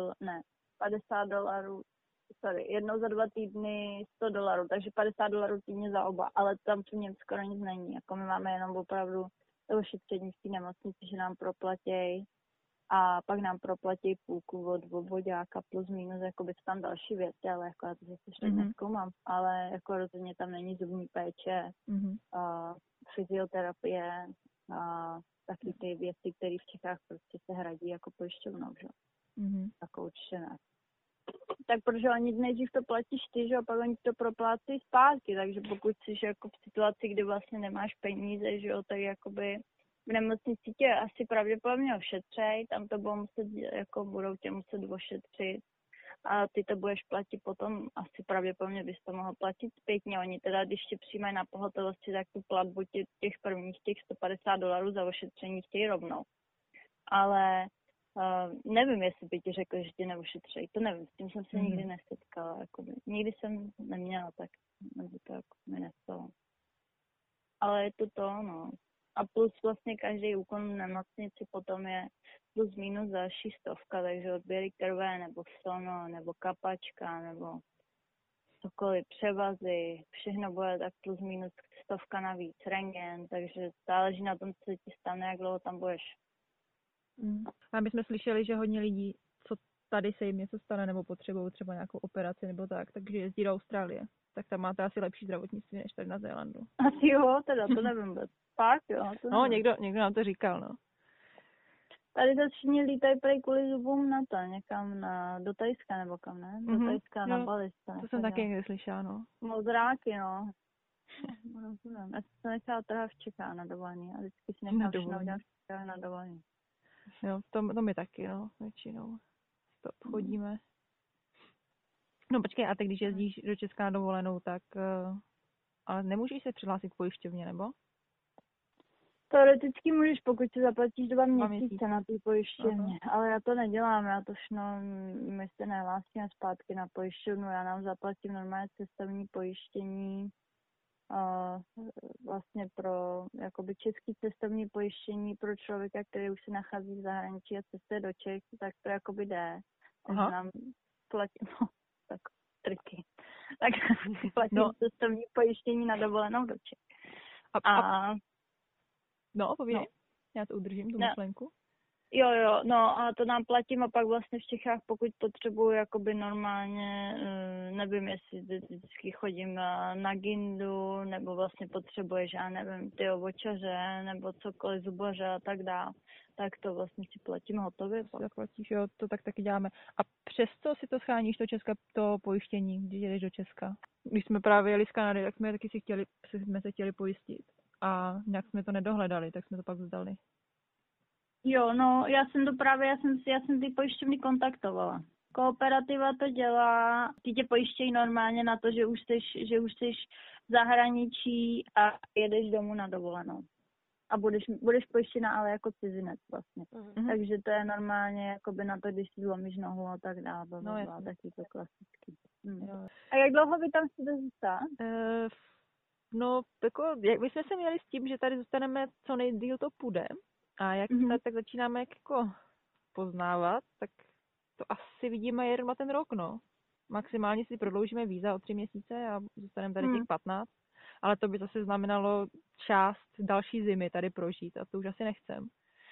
$50, jednou za 2 týdny $100, takže $50 týdně za oba, ale tam v něm skoro nic není, jako my máme jenom opravdu to ošetření v té nemocnici, že nám proplatí a pak nám proplatí půlku od obvoďáka plus minus, jakoby tam další věci, ale jako já to zase tak nezkoumám, ale jako rozhodně tam není zubní péče, fyzioterapie a taky ty věci, které v Čechách prostě se hradí jako pojišťovnou, že? Jako určitě ne. Tak protože oni nejdřív to platíš ty, že? A pak oni to proplácí zpátky, takže pokud jsi jako v situaci, kdy vlastně nemáš peníze, že jo, tak jakoby v nemocnici tě asi pravděpodobně ošetřej, tam to budou tě muset ošetřit a ty to budeš platit potom, asi pravděpodobně bys to mohl platit zpětně. Oni teda, když tě přijímají na pohotovosti, tak tu platbu těch prvních těch $150 za ošetření chtějí rovnou. Ale nevím, jestli by ti řekli, že tě neošetřej, to nevím, s tím jsem se nikdy nesetkala, jakoby. Nikdy jsem neměla, tak nebo to jako mi nestalo. Ale je to, no. A plus vlastně každý úkon v nemocnici potom je plus minus další 100, takže odběry krve, nebo sono, nebo kapačka, nebo cokoliv, převazy, všechno bude tak plus minus 100 navíc, rentgen, takže záleží na tom, co se ti stane, jak dlouho tam budeš. A my jsme slyšeli, že hodně lidí, co tady se jim něco stane, nebo potřebují třeba nějakou operaci nebo tak, takže jezdí do Austrálie. Tak tam máte asi lepší zdravotnictví než tady na Zélandu. Asi jo, teda to nevím vůbec. Fakt jo, to No, nevím. někdo nám to říkal, no. Tady se všichni lítají prej kvůli zubům na to, někam do Tajska nebo kam, ne? Do Tajska na Bali. To jsem taky někdy slyšela, no. Modráky, no. Rozumím. Já jsem se nechala trhat v Čechách na dovolení a vždycky si nechám všechno v Čechách na dovolení. Jo, to my taky, no, většinou. To obchodíme. No počkej, a teď když jezdíš do Česka na dovolenou, tak ale nemůžeš se přihlásit k pojišťovně, nebo? Teoreticky můžeš, pokud si zaplatíš 2 měsíce na té pojišťovně, ale já to nedělám, já to všechno, my se nehlásíme zpátky na pojišťovnu, já nám zaplatím normálně cestovní pojištění, vlastně pro jakoby český cestovní pojištění pro člověka, který už se nachází v zahraničí a cestuje do Čech, tak to jakoby jde. Takže nám platí, no, tak triky. Tak platím cestovní pojištění na dovolenou do Čech. No, povídej. Já to udržím, tu myšlenku. Jo, no a to nám platím a pak vlastně v Čechách, pokud potřebuju jakoby normálně, nevím, jestli vždycky chodím na gindu, nebo vlastně potřebuješ, já nevím, ty ovočaře, nebo cokoliv, zubaře a tak dále, tak to vlastně si platím hotově. Zaplatíš, jo, to tak taky děláme. A přes co si to scháníš, to pojištění, když jedeš do Česka? Když jsme právě jeli z Kanady, tak jsme taky jsme se chtěli pojistit. A nějak jsme to nedohledali, tak jsme to pak vzdali. Jo, no, já jsem ty pojišťovny kontaktovala. Kooperativa to dělá, ty tě pojištějí normálně na to, že už jsi v zahraničí a jedeš domů na dovolenou. A budeš pojištěna ale jako cizinec vlastně. Takže to je normálně jakoby na to, když si zlomíš nohu a tak dále. No, taky to klasický. A jak dlouho vy tam chcete zůstat? No, jako, my jsme se měli s tím, že tady zůstaneme co nejdýl to půjde. A jak tak začínáme jako poznávat, tak to asi vidíme jenom na ten rok, no. Maximálně si prodloužíme víza o 3 měsíce a zůstaneme tady těch 15. Ale to by zase znamenalo část další zimy tady prožít a to už asi nechcem.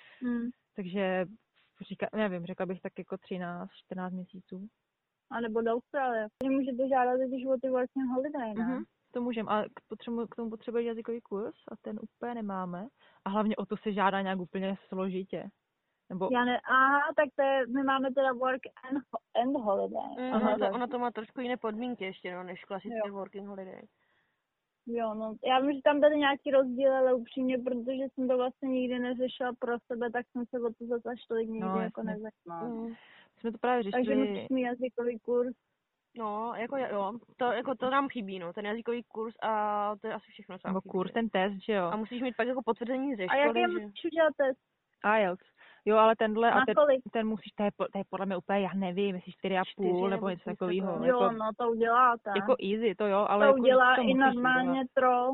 Takže řekla bych tak jako 13-14 měsíců. A nebo do Austrálie. Můžete žádat když o ty working holiday, ne? To můžeme, ale k tomu potřebuješ jazykový kurz a ten úplně nemáme. A hlavně o to se žádá nějak úplně složitě. Nebo... Tak my máme teda work and holiday. Ona to má trošku jiné podmínky ještě, no, než klasické working holiday. Jo, no, já vím, že tam byly nějaký rozdíl, ale upřímně, protože jsem to vlastně nikdy neřešila pro sebe, tak jsem se o to zase až tolik nikdy jako nezajímala. Jsme to právě řešili. Takže musíš mít jazykový kurz. No, to nám chybí, no, ten jazykový kurz a to je asi všechno. Nebo kurz, ten test, že jo. A musíš mít pak jako potvrzení ze školy. A jaký musíš udělat test? IELTS. Jo, ale tenhle, a ten musíš, to je podle mě úplně, já nevím, jestli 4,5 nebo něco takového. Jo, jako, no to uděláte. Jako easy, to jo, ale to jako, udělá i normálně troll.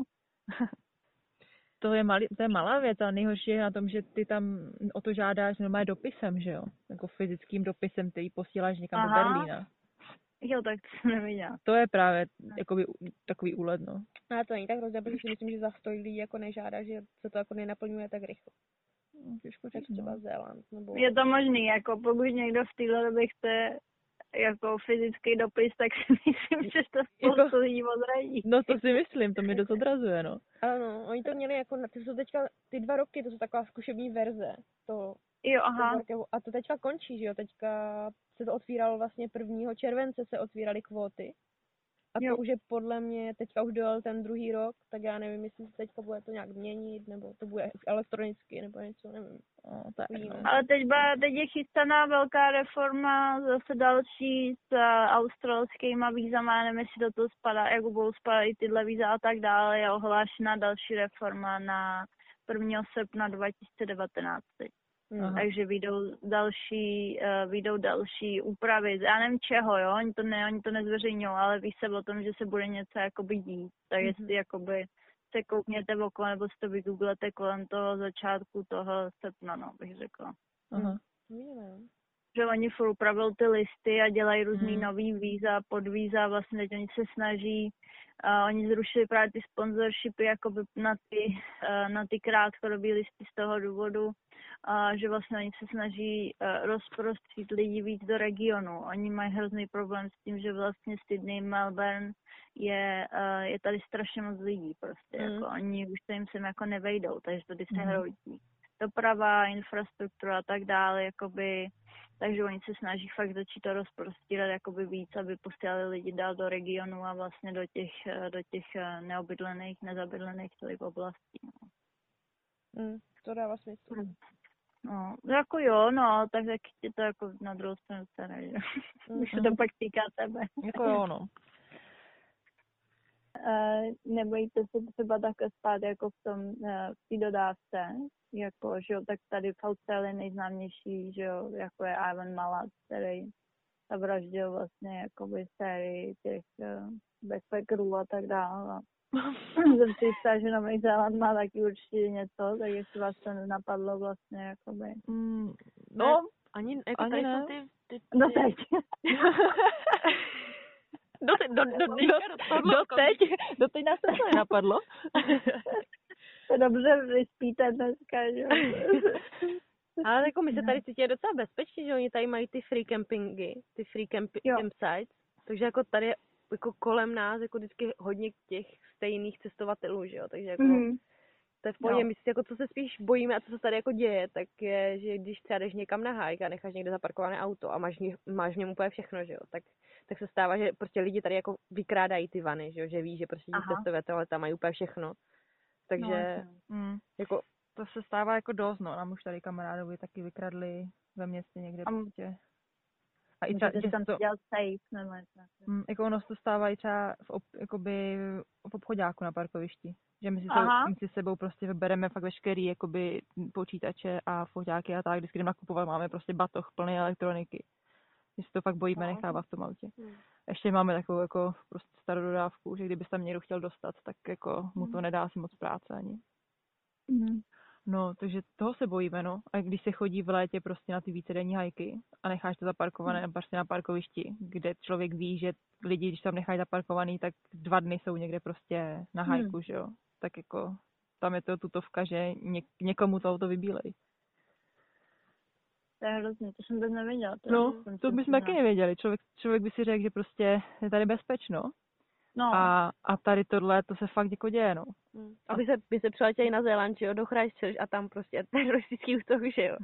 To je malá věc, ale nejhorší je na tom, že ty tam o to žádáš normálně dopisem, že jo? Jako fyzickým dopisem, který posíláš někam do Berlína. Jo, tak to jsem neviděla. To je právě jakoby takový úlet, no. Ale to není tak hrozně, protože si myslím, že za 100 lidí jako nežádá, že se to jako nenaplňuje tak rychle. Těžko říct, třeba Zéland. Nebo... Je to možný, jako pokud někdo v téhle době chce jako fyzický dopis, tak si myslím, že to spoustu lidí odradí. No to si myslím, to mi dost odrazuje, no. Ano, oni to měli jako, to jsou teďka ty 2 roky, to jsou taková zkušební verze. Jo, aha. A to teďka končí, že jo, teďka se to otvíralo vlastně 1. července se otvíraly kvóty. A to už je podle mě, teďka už dojel ten 2. rok, tak já nevím, jestli se teďka bude to nějak měnit, nebo to bude elektronicky, nebo něco, nevím. Ale teď je chystaná velká reforma, zase další s australskýma vízama, nevím, jestli do toho spadá, jak budou spadat i tyhle víza a tak dále, je ohlášená další reforma na 1. srpna 2019. Takže vyjdou další úpravy. Já nevím čeho, jo, oni to nezveřejňují, ale ví se o tom, že se bude něco jakoby dít. Tak jestli jakoby se koukněte okolo, nebo si to vygooglete kolem toho začátku toho srpna, no, bych řekla. že oni furt upravují ty listy a dělají různý nový víza, podvíza, vlastně teď oni se snaží, oni zrušili právě ty sponsorshipy jakoby na ty krátkodobý listy z toho důvodu, že vlastně oni se snaží rozprostřít lidi víc do regionu. Oni mají hrozný problém s tím, že vlastně Sydney, Melbourne je tady strašně moc lidí prostě, jako oni už se jim sem jako nevejdou, takže tady se hroutí. Doprava, infrastruktura a tak dále, jakoby, takže oni se snaží fakt začít to rozprostírat jakoby víc, aby posílali lidi dál do regionu a vlastně do těch neobydlených, nezabydlených celých oblastí. No. To dává smysl. No, jako jo, no, tak ti to jako na druhou stranu stane, že? Když se to pak týká tebe. Jako jo, no. Nebojíte se třeba takhle spát jako v té dodávce, jako, že jo, tak tady v Austrálii nejznámější, že jo, jako je Ivan Malat, který zavraždil vlastně jakoby sérii těch backpackerů a tak dále. Jsem si jistá, že Nový Zéland má taky určitě něco, tak jestli vás to nenapadlo vlastně, jakoby. No, ani jako ani tady ne. jsou ty... No teď. Doteď nás to nenapadlo. To dobře, vy spíte dneska, že jo. Ale jako my se tady cítíme docela bezpečně, že oni tady mají ty free campingy, ty free campsites, takže jako tady je jako kolem nás jako vždycky hodně těch stejných cestovatelů, že jo, takže jako to je v pohodě. My si jako co se spíš bojíme a co se tady jako děje, tak je, že když třeba jdeš někam na hike a necháš někde zaparkované auto a máš v něm úplně všechno, že jo, tak se stává, že prostě lidi tady jako vykrádají ty vany, že jo, že ví, že prostě ti cestovatelé tam mají úplně všechno. Takže jako to se stává jako dost, no. Nám už tady kamarádovi taky vykradli ve městě někde prostě. A i třeba, že tam to dělat safe, nebo jako ono se to stává i třeba v obchoďáku na parkovišti. Že my si sebou prostě vybereme fakt veškerý jakoby počítače a foťáky a tak. Když jdeme nakupovat, máme prostě batoh plný elektroniky. Že se to fakt bojíme nechávat v tom autě. Ještě máme takovou jako prostě starou dodávku, že kdyby se tam někdo chtěl dostat, tak jako mu to nedá si moc práce ani. No, takže toho se bojíme, no. A když se chodí v létě prostě na ty vícedenní hajky a necháš to zaparkované prostě na parkovišti, kde člověk ví, že lidi, když tam nechají zaparkovaný, tak 2 dny jsou někde prostě na hajku, že jo. Tak jako tam je to tutovka, že někomu to auto vybílej. To je hrozně, to jsem vůbec nevěděla. To bychom taky nevěděli. Člověk by si řekl, že prostě je tady bezpečno. No. A tady tohle, to se fakt jako děje, no. A by se přiletěli na Zéland, že jo, do Christchurch a tam prostě teroristický útok, že jo.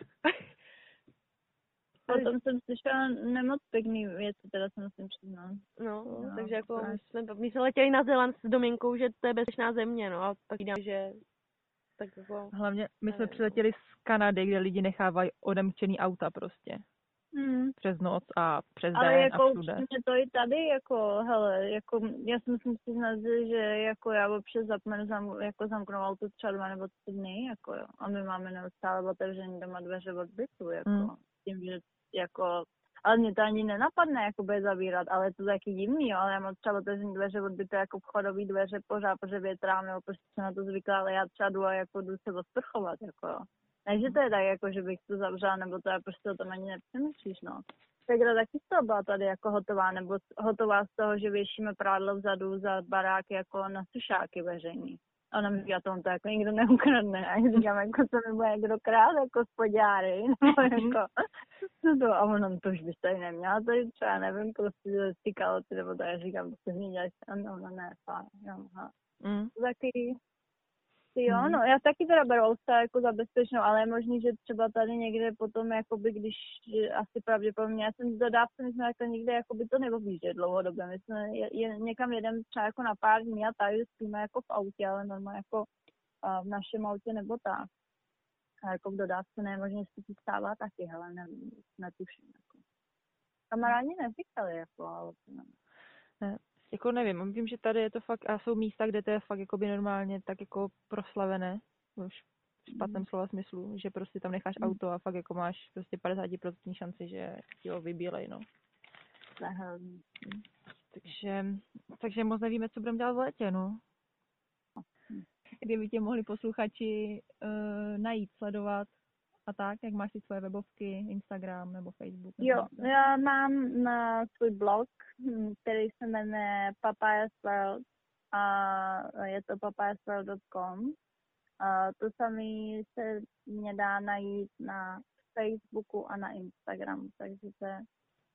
Potom jsem slyšela nemoc pěkný věci, teda se musím přiznat. No, takže jako my jsme letěli na Zéland s domněnkou, že to je bezpečná země, no a tak jdám, že tak jako... Hlavně my jsme přiletěli z Kanady, kde lidi nechávají odemčený auta prostě. Přes noc a přes den ale jako a všude. To i tady, jako, hele, jako, já si musím přiznat, že jako já občas zapomenu jako zamknout auto třeba 2 nebo 3 dny, jako jo. A my máme neustále otevřený doma dveře od bytu, jako, tím, že jako, ale mě to ani nenapadne, jako bude zavírat, ale je to taky divný, jo, ale já mám třeba otevřený dveře od bytu jako vchodový dveře pořád, protože větrám, jo, prostě jsem na to zvykla, ale já třeba jdu a jako jdu se osprchovat, jako jo. Ne, že to je tak, jako, že bych to zavřela, nebo to je prostě o tom ani nepřemýšlíš, no. Tegra taky z toho byla tady jako hotová, nebo hotová z toho, že věšíme prádlo vzadu za baráky jako na sušáky veřejný. A ona mi říká, to jako nikdo neukradne. A já říkám, jako co mi bude někdo krát, jako spodňáry, nebo jako, co to, a ono, to už bys tady neměla, tady třeba, nevím, prostě ty kaloty, nebo to já říkám, prostě zmíněla se, no, ne, fajn, no, taky, jo, no, já taky teda beru Austrálii jako za bezpečnou, ale je možný, že třeba tady někde potom, jakoby, když asi pravděpodobně, já jsem dodávce, my jsme takhle někde, jakoby to neobjížděli dlouhodobě, my jsme někam jedem třeba jako na pár dní a tady spíme jako v autě, ale normálně jako v našem autě nebo tak. A jako v dodávce ne, možná se to stává taky, hele, netuším, jako. Kamarádi neříkali, jako, ale to ne. Jako nevím, vím, že tady je to fakt, a jsou místa, kde to je fakt jakoby normálně tak jako proslavené, už v špatném slova smyslu, že prostě tam necháš auto a fakt jako máš prostě 50% šanci, že ti ho vybílej, no. Takže moc nevíme, co budeme dělat v létě, no. Kdyby tě mohli posluchači najít, sledovat, a tak, jak máš ty svoje webovky, Instagram nebo Facebook? Jo, já mám na svůj blog, který se jmenuje Papayas World a je to papayasworld.com. To samé se mě dá najít na Facebooku a na Instagramu, takže to je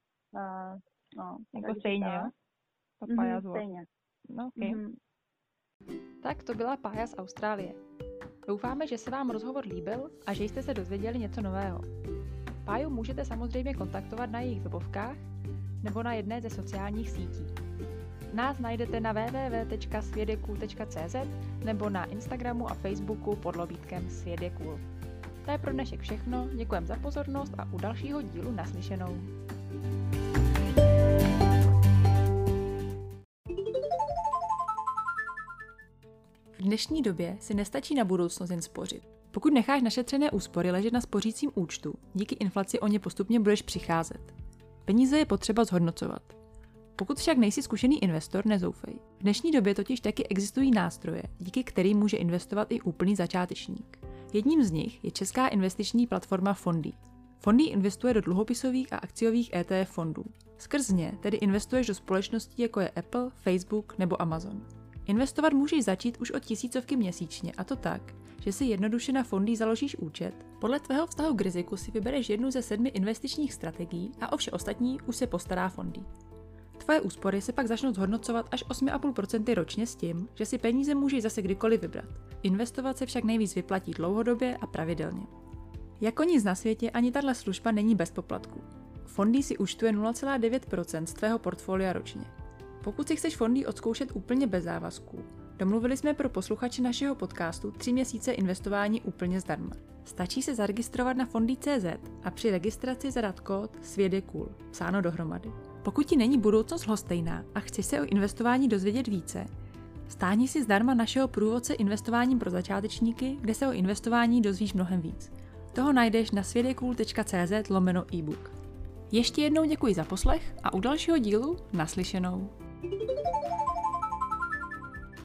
jako stejně, jo? Papayas World. Stejně. No, okay. Tak to byla Pája z Austrálie. Doufáme, že se vám rozhovor líbil a že jste se dozvěděli něco nového. Páju můžete samozřejmě kontaktovat na jejich webovkách nebo na jedné ze sociálních sítí. Nás najdete na www.světjecool.cz nebo na Instagramu a Facebooku pod lobítkem Svět je cool. To je pro dnešek všechno, děkujem za pozornost a u dalšího dílu naslyšenou. V dnešní době si nestačí na budoucnost jen spořit. Pokud necháš našetřené úspory ležet na spořícím účtu, díky inflaci o ně postupně budeš přicházet. Peníze je potřeba zhodnocovat. Pokud však nejsi zkušený investor, nezoufej. V dnešní době totiž taky existují nástroje, díky kterým může investovat i úplný začátečník. Jedním z nich je česká investiční platforma Fondy. Fondy investuje do dluhopisových a akciových ETF fondů. Skrz ně tedy investuješ do společností jako je Apple, Facebook nebo Amazon. Investovat můžeš začít už od 1000 měsíčně, a to tak, že si jednoduše na Fondy založíš účet, podle tvého vztahu k riziku si vybereš jednu ze 7 investičních strategií a o vše ostatní už se postará Fondy. Tvoje úspory se pak začnou zhodnocovat až 8,5% ročně s tím, že si peníze můžeš zase kdykoliv vybrat. Investovat se však nejvíc vyplatí dlouhodobě a pravidelně. Jako nic na světě ani tahle služba není bez poplatku. Fondy si účtuje 0,9% z tvého portfolia ročně. Pokud si chceš Fondy odzkoušet úplně bez závazků, domluvili jsme pro posluchače našeho podcastu 3 měsíce investování úplně zdarma. Stačí se zaregistrovat na Fondy.cz a při registraci zadat kód Svět je cool, psáno dohromady. Pokud ti není budoucnost lhostejná a chceš se o investování dozvědět více, stáhni si zdarma našeho průvodce investováním pro začátečníky, kde se o investování dozvíš mnohem víc. Toho najdeš na světjecool.cz/ebook. Ještě jednou děkuji za poslech a u dalšího dílu naslyšenou.